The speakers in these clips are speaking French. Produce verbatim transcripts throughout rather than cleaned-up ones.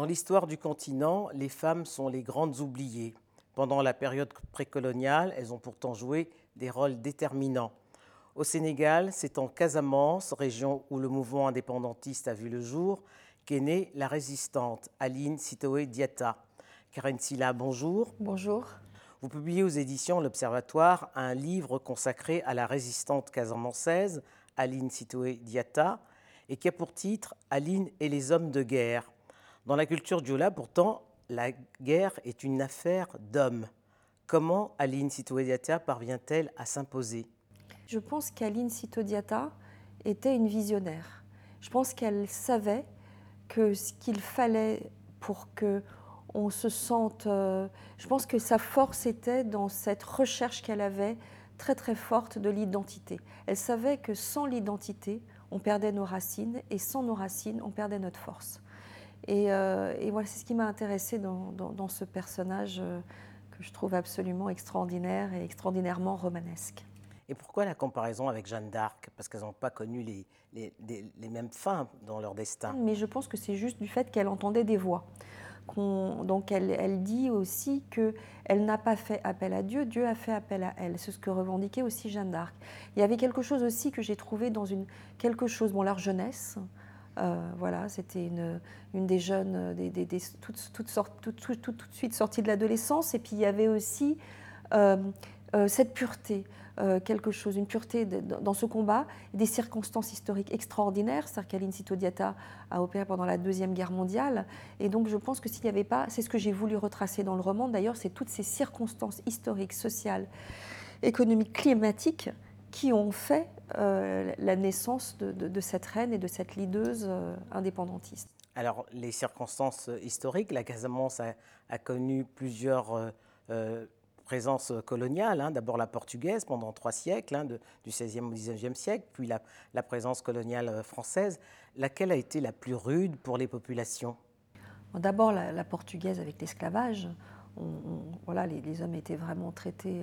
l'histoire du continent, les femmes sont les grandes oubliées. Pendant la période précoloniale, elles ont pourtant joué des rôles déterminants. Au Sénégal, c'est en Casamance, région où le mouvement indépendantiste a vu le jour, qu'est née la résistante Aline Sitoé Diatta. Karen Silla, bonjour. Bonjour. Vous publiez aux éditions L'Observatoire un livre consacré à la résistante casamançaise, Aline Sitoé Diatta, et qui a pour titre « Aline et les hommes de guerre ». Dans la culture diola, pourtant, la guerre est une affaire d'hommes. Comment Aline Sitoé Diatta parvient-elle à s'imposer ? Je pense qu'Aline Sitoé Diatta était une visionnaire. Je pense qu'elle savait que ce qu'il fallait pour que on se sente... Euh, je pense que sa force était dans cette recherche qu'elle avait très très forte de l'identité. Elle savait que sans l'identité, on perdait nos racines, et sans nos racines, on perdait notre force. Et, euh, et voilà, c'est ce qui m'a intéressée dans, dans, dans ce personnage euh, que je trouve absolument extraordinaire et extraordinairement romanesque. Et pourquoi la comparaison avec Jeanne d'Arc ? Parce qu'elles n'ont pas connu les, les, les, les mêmes fins dans leur destin. Mais je pense que c'est juste du fait qu'elle entendait des voix. Qu'on, donc elle, elle dit aussi qu'elle n'a pas fait appel à Dieu, Dieu a fait appel à elle. C'est ce que revendiquait aussi Jeanne d'Arc. Il y avait quelque chose aussi que j'ai trouvé dans une, quelque chose, bon, leur jeunesse. Euh, voilà, c'était une, une des jeunes, des, des, des, toutes, toutes sortes, tout, tout, tout, tout de suite sorties de l'adolescence. Et puis il y avait aussi euh, euh, cette pureté. Euh, quelque chose, une pureté de, de, dans ce combat, des circonstances historiques extraordinaires. C'est-à-dire qu'Aline Sitoé Diatta a opéré pendant la Deuxième Guerre mondiale. Et donc je pense que s'il n'y avait pas, c'est ce que j'ai voulu retracer dans le roman d'ailleurs, c'est toutes ces circonstances historiques, sociales, économiques, climatiques qui ont fait euh, la naissance de, de, de cette reine et de cette leaduse euh, indépendantiste. Alors, les circonstances historiques, la Casamance a, a connu plusieurs... Euh, euh, présence coloniale, hein, d'abord la portugaise pendant trois siècles, hein, de, du seizième au dix-neuvième siècle, puis la, la présence coloniale française. Laquelle a été la plus rude pour les populations ? D'abord la, la portugaise avec l'esclavage. On, on, voilà, les, les hommes étaient vraiment traités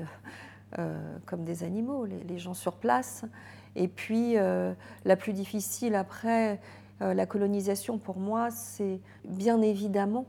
euh, comme des animaux, les, les gens sur place. Et puis euh, la plus difficile après euh, la colonisation pour moi, c'est bien évidemment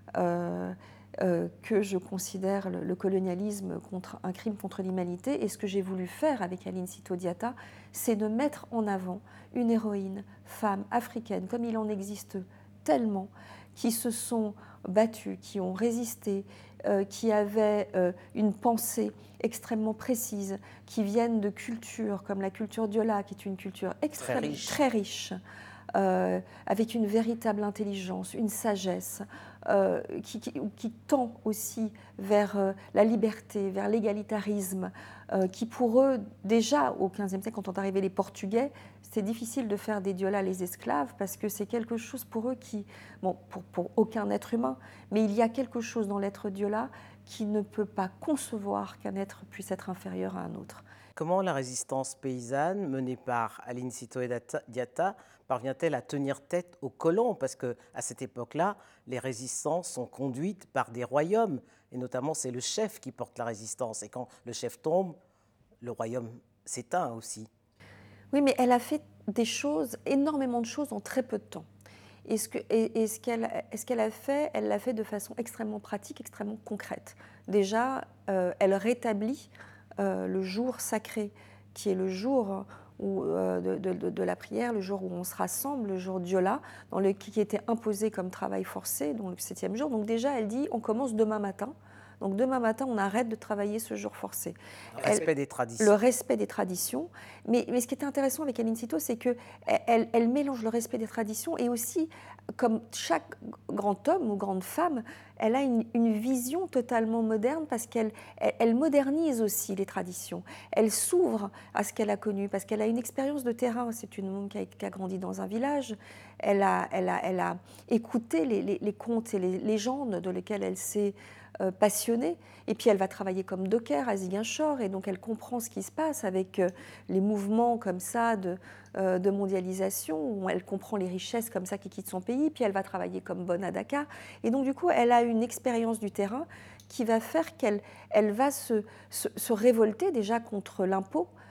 euh, Euh, que je considère le, le colonialisme contre, un crime contre l'humanité. Et ce que j'ai voulu faire avec Aline Sitoé Diatta, c'est de mettre en avant une héroïne, femme, africaine, comme il en existe tellement, qui se sont battues, qui ont résisté, euh, qui avaient euh, une pensée extrêmement précise, qui viennent de cultures comme la culture diola, qui est une culture extrêmement très riche, très riche euh, avec une véritable intelligence, une sagesse, euh, qui, qui, qui tend aussi vers euh, la liberté, vers l'égalitarisme, euh, qui pour eux, déjà au quinzième siècle, quand sont arrivés les Portugais, c'était difficile de faire des diolas les esclaves, parce que c'est quelque chose pour eux qui, bon, pour, pour aucun être humain, mais il y a quelque chose dans l'être diola qui ne peut pas concevoir qu'un être puisse être inférieur à un autre. Comment la résistance paysanne menée par Aline Sitoé Diatta parvient-elle à tenir tête aux colons ? Parce qu'à cette époque-là, les résistances sont conduites par des royaumes, et notamment c'est le chef qui porte la résistance. Et quand le chef tombe, le royaume s'éteint aussi. Oui, mais elle a fait des choses, énormément de choses en très peu de temps. Et ce, que, et, et ce qu'elle ce qu'elle a fait, elle l'a fait de façon extrêmement pratique, extrêmement concrète. Déjà, euh, elle rétablit euh, le jour sacré, qui est le jour où, euh, de, de, de la prière, le jour où on se rassemble, le jour diola, dans le, qui était imposé comme travail forcé, donc le septième jour. Donc déjà, elle dit, on commence demain matin. Donc demain matin, on arrête de travailler ce jour forcé. Le respect elle, des traditions. Le respect des traditions. Mais, mais ce qui est intéressant avec Aline Sitoé, c'est qu'elle elle, elle mélange le respect des traditions et aussi, comme chaque grand homme ou grande femme, elle a une, une vision totalement moderne parce qu'elle elle, elle modernise aussi les traditions. Elle s'ouvre à ce qu'elle a connu parce qu'elle a une expérience de terrain. C'est une femme qui a, qui a grandi dans un village. Elle a, elle a, elle a écouté les, les, les contes et les légendes de lesquelles elle s'est euh, passionnée. Et puis elle va travailler comme docker à Ziguinchor et donc elle comprend ce qui se passe avec euh, les mouvements comme ça de, euh, de mondialisation, où elle comprend les richesses comme ça qui quittent son pays. Puis elle va travailler comme bonne à Dakar. Et donc du coup, elle a une expérience du terrain qui va faire qu'elle elle va se, se, se révolter déjà contre l'impôt,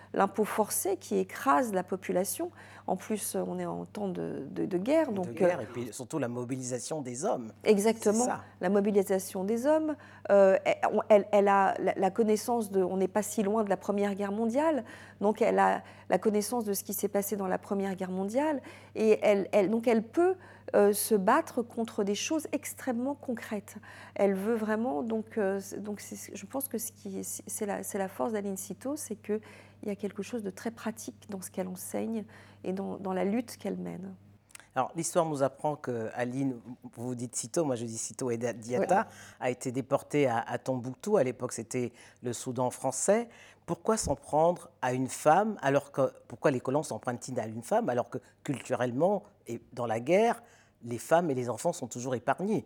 l'impôt forcé qui écrase la population. En plus, on est en temps de, de, de guerre. Donc, de guerre, et puis surtout la mobilisation des hommes. Exactement, la mobilisation des hommes. Euh, elle, elle a la connaissance de... On n'est pas si loin de la Première Guerre mondiale, donc elle a la connaissance de ce qui s'est passé dans la Première Guerre mondiale, et elle, elle, donc elle peut euh, se battre contre des choses extrêmement concrètes. Elle veut vraiment... Donc, euh, donc je pense que c'est la, la force d'Aline Citeaux, c'est qu'il y a quelque chose de très pratique dans ce qu'elle enseigne et dans, dans la lutte qu'elle mène. Alors, l'histoire nous apprend que Aline, vous dites Citeaux, moi je dis Citeaux et Diatta, oui. a été déportée à, à Tombouctou. À l'époque, c'était le Soudan français. Pourquoi s'en prendre à une femme alors que, pourquoi les colons s'en prennent-ils à une femme alors que culturellement, et dans la guerre, les femmes et les enfants sont toujours épargnés?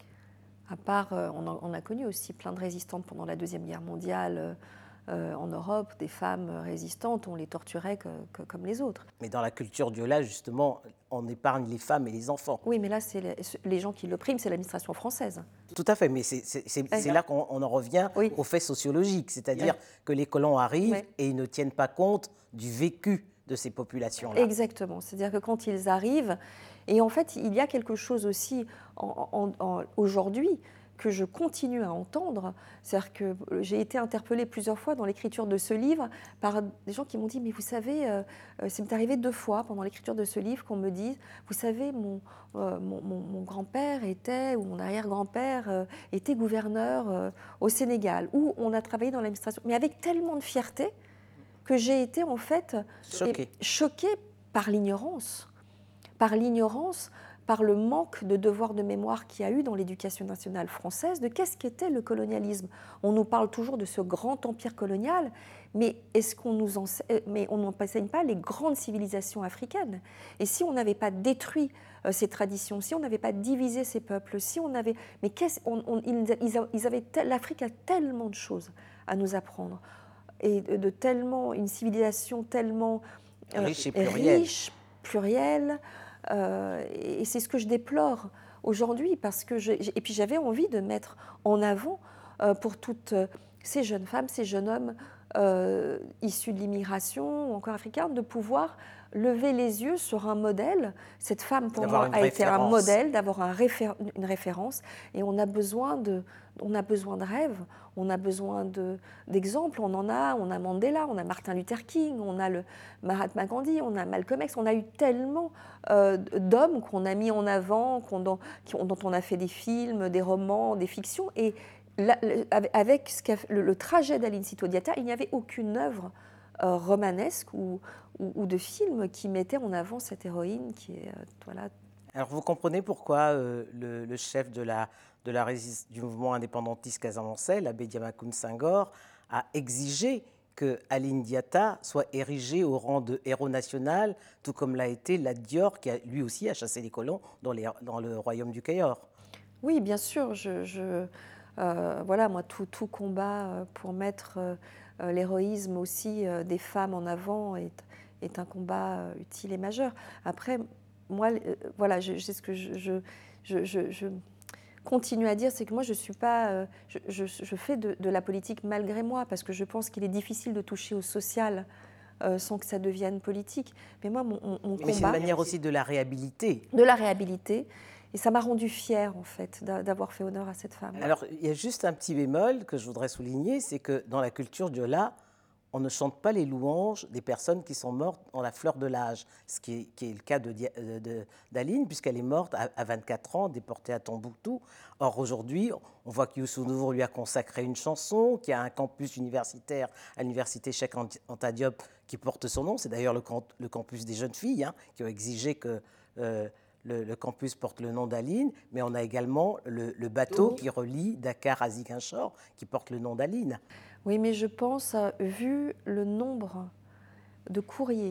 À part, euh, on, a, on a connu aussi plein de résistantes pendant la Deuxième Guerre mondiale. Euh, Euh, en Europe, des femmes résistantes, on les torturait que, que, comme les autres. Mais dans la culture diola, justement, on épargne les femmes et les enfants. Oui, mais là, c'est les, les gens qui l'oppriment, c'est l'administration française. Tout à fait, mais c'est là qu'on en revient oui. aux faits sociologiques, c'est-à-dire oui. que les colons arrivent oui. et ils ne tiennent pas compte du vécu de ces populations-là. Exactement, c'est-à-dire que quand ils arrivent, et en fait, il y a quelque chose aussi en, en, en, aujourd'hui, que je continue à entendre, c'est-à-dire que j'ai été interpellée plusieurs fois dans l'écriture de ce livre par des gens qui m'ont dit « mais vous savez, euh, ça m'est arrivé deux fois pendant l'écriture de ce livre qu'on me dise « vous savez, mon, euh, mon, mon, mon grand-père était, ou mon arrière-grand-père euh, était gouverneur euh, au Sénégal, où on a travaillé dans l'administration », mais avec tellement de fierté que j'ai été en fait choquée, choquée par l'ignorance, par l'ignorance, par le manque de devoir de mémoire qu'il y a eu dans l'éducation nationale française de qu'est-ce qu'était le colonialisme. On nous parle toujours de ce grand empire colonial, mais est-ce qu'on nous enseigne, mais on n'enseigne pas les grandes civilisations africaines. Et si on n'avait pas détruit euh, ces traditions, si on n'avait pas divisé ces peuples, si on avait, mais qu'est-ce, on, on, ils, ils avaient, l'Afrique a tellement de choses à nous apprendre et de, de tellement une civilisation tellement euh, riche et plurielle. Riche, plurielle. Euh, et c'est ce que je déplore aujourd'hui parce que je, et puis j'avais envie de mettre en avant euh, pour toutes ces jeunes femmes, ces jeunes hommes euh, issus de l'immigration ou encore africains, de pouvoir lever les yeux sur un modèle. Cette femme pour moi a été un modèle, d'avoir un réfé une référence, et on a besoin de, on a besoin de rêves, on a besoin d'exemples, on en a, on a Mandela, on a Martin Luther King, on a le Mahatma Gandhi, on a Malcolm X, on a eu tellement euh, d'hommes qu'on a mis en avant, qu'on, dont, dont on a fait des films, des romans, des fictions, et là, avec ce qu'a le, le trajet d'Aline Citeaux Diatta, il n'y avait aucune œuvre euh, romanesque ou, ou, ou de film qui mettait en avant cette héroïne qui est, euh, voilà. Alors vous comprenez pourquoi euh, le, le chef de la, de la résist, du mouvement indépendantiste casamançais, l'abbé Diamacoune Senghor, a exigé que Aline Diatta soit érigée au rang de héros national, tout comme l'a été Lat Dior, qui a, lui aussi a chassé les colons dans, les, dans le royaume du Cayor. Oui, bien sûr. Je, je, euh, voilà, moi, tout, tout combat pour mettre euh, l'héroïsme aussi euh, des femmes en avant est, est un combat euh, utile et majeur. Après, moi, euh, voilà, je, je, ce que je, je, je, je, je continue à dire, c'est que moi, je suis pas, euh, je, je, je fais de, de la politique malgré moi, parce que je pense qu'il est difficile de toucher au social euh, sans que ça devienne politique. Mais moi, mon, mon Mais combat... c'est une manière aussi de la réhabiliter. De la réhabiliter. Et ça m'a rendue fière, en fait, d'avoir fait honneur à cette femme. Alors, il y a juste un petit bémol que je voudrais souligner, c'est que dans la culture diola, on ne chante pas les louanges des personnes qui sont mortes dans la fleur de l'âge, ce qui est, qui est le cas d'Aline, puisqu'elle est morte à, à vingt-quatre ans, déportée à Tombouctou. Or, aujourd'hui, on voit que Youssou N'Dour lui a consacré une chanson, qu'il y a un campus universitaire à l'université Cheikh Anta Diop qui porte son nom. C'est d'ailleurs le, le campus des jeunes filles hein, qui ont exigé que euh, le, le campus porte le nom d'Aline, mais on a également le, le bateau qui relie Dakar à Ziguinchor qui porte le nom d'Aline. Oui, mais je pense, vu le nombre de courriers,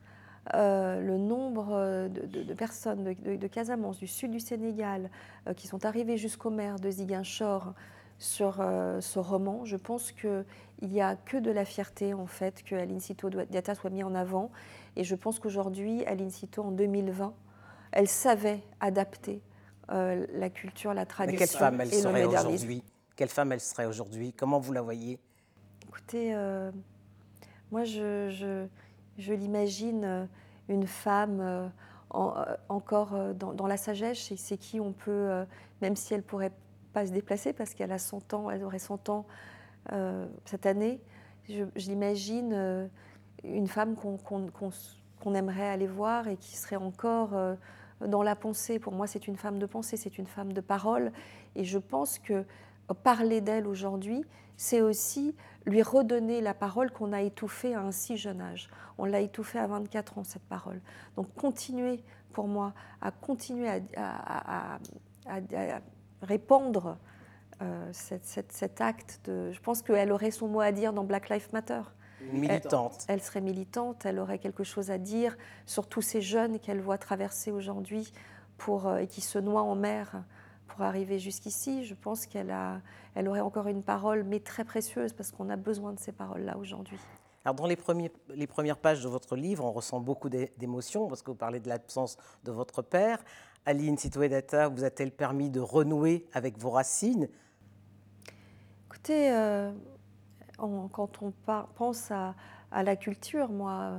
euh, le nombre de, de, de personnes de, de, de Casamance, du sud du Sénégal, euh, qui sont arrivées jusqu'au maire de Ziguinchor sur euh, ce roman, je pense qu'il n'y a que de la fierté, en fait, que Aline Citeaux Diatta soit mise en avant. Et je pense qu'aujourd'hui, Aline Citeaux, en deux mille vingt, elle savait adapter euh, la culture, la tradition Mais quelle femme elle et serait le modernisme. aujourd'hui ? Quelle femme elle serait aujourd'hui ? Comment vous la voyez ? Écoutez, euh, Moi, je, je, je l'imagine une femme euh, en, euh, encore euh, dans, dans la sagesse, c'est, c'est qui on peut, euh, même si elle ne pourrait pas se déplacer parce qu'elle a cent ans, elle aurait cent ans euh, cette année, je, je l'imagine euh, une femme qu'on, qu'on, qu'on, qu'on aimerait aller voir et qui serait encore euh, dans la pensée. Pour moi, c'est une femme de pensée, c'est une femme de parole. Et je pense que parler d'elle aujourd'hui, c'est aussi lui redonner la parole qu'on a étouffée à un si jeune âge. On l'a étouffée à vingt-quatre ans, cette parole. Donc continuer, pour moi, à continuer à, à, à, à, à répandre euh, cette, cette, cet acte. De, je pense qu'elle aurait son mot à dire dans Black Lives Matter. Militante. Elle, elle serait militante, elle aurait quelque chose à dire sur tous ces jeunes qu'elle voit traverser aujourd'hui pour, euh, et qui se noient en mer pour arriver jusqu'ici. Je pense qu'elle a, elle aurait encore une parole, mais très précieuse, parce qu'on a besoin de ces paroles-là aujourd'hui. Alors dans les, premiers, les premières pages de votre livre, on ressent beaucoup d'émotions, parce que vous parlez de l'absence de votre père. Aline Sitoé-Diatta vous a-t-elle permis de renouer avec vos racines? Écoutez, euh, on, quand on par, pense à, à la culture, moi,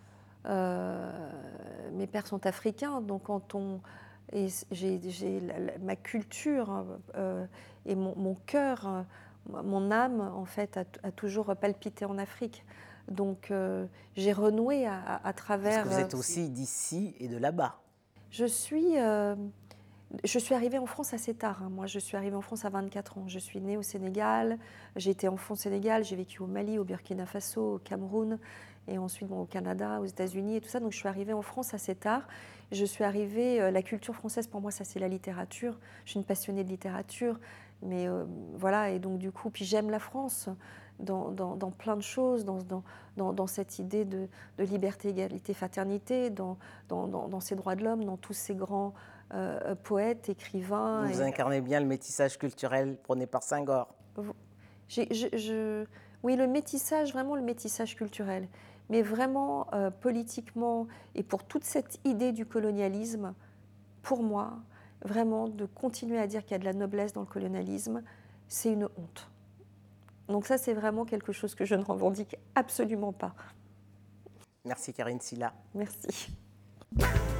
euh, mes pères sont africains, donc quand on... Et j'ai, j'ai la, la, ma culture euh, et mon, mon cœur, euh, mon âme, en fait, a, a toujours palpité en Afrique. Donc, euh, j'ai renoué à, à, à travers... Parce que vous êtes aussi d'ici et de là-bas. Je suis... Euh, je suis arrivée en France assez tard. Hein. Moi, je suis arrivée en France à vingt-quatre ans. Je suis née au Sénégal. J'ai été enfant au Sénégal. J'ai vécu au Mali, au Burkina Faso, au Cameroun, et ensuite bon, au Canada, aux États-Unis et tout ça. Donc, je suis arrivée en France assez tard. Je suis arrivée... Euh, la culture française, pour moi, ça, c'est la littérature. Je suis une passionnée de littérature. Mais euh, voilà, et donc, du coup, puis j'aime la France dans, dans, dans plein de choses, dans, dans, dans, dans cette idée de, de liberté, égalité, fraternité, dans, dans, dans, dans ces droits de l'homme, dans tous ces grands... Euh, poète, écrivain. Vous et... incarnez bien le métissage culturel prôné par Senghor. J'ai, je, je... Oui, le métissage, vraiment le métissage culturel. Mais vraiment, euh, politiquement, et pour toute cette idée du colonialisme, pour moi, vraiment, de continuer à dire qu'il y a de la noblesse dans le colonialisme, c'est une honte. Donc ça, c'est vraiment quelque chose que je ne revendique absolument pas. Merci Karine Silla. Merci.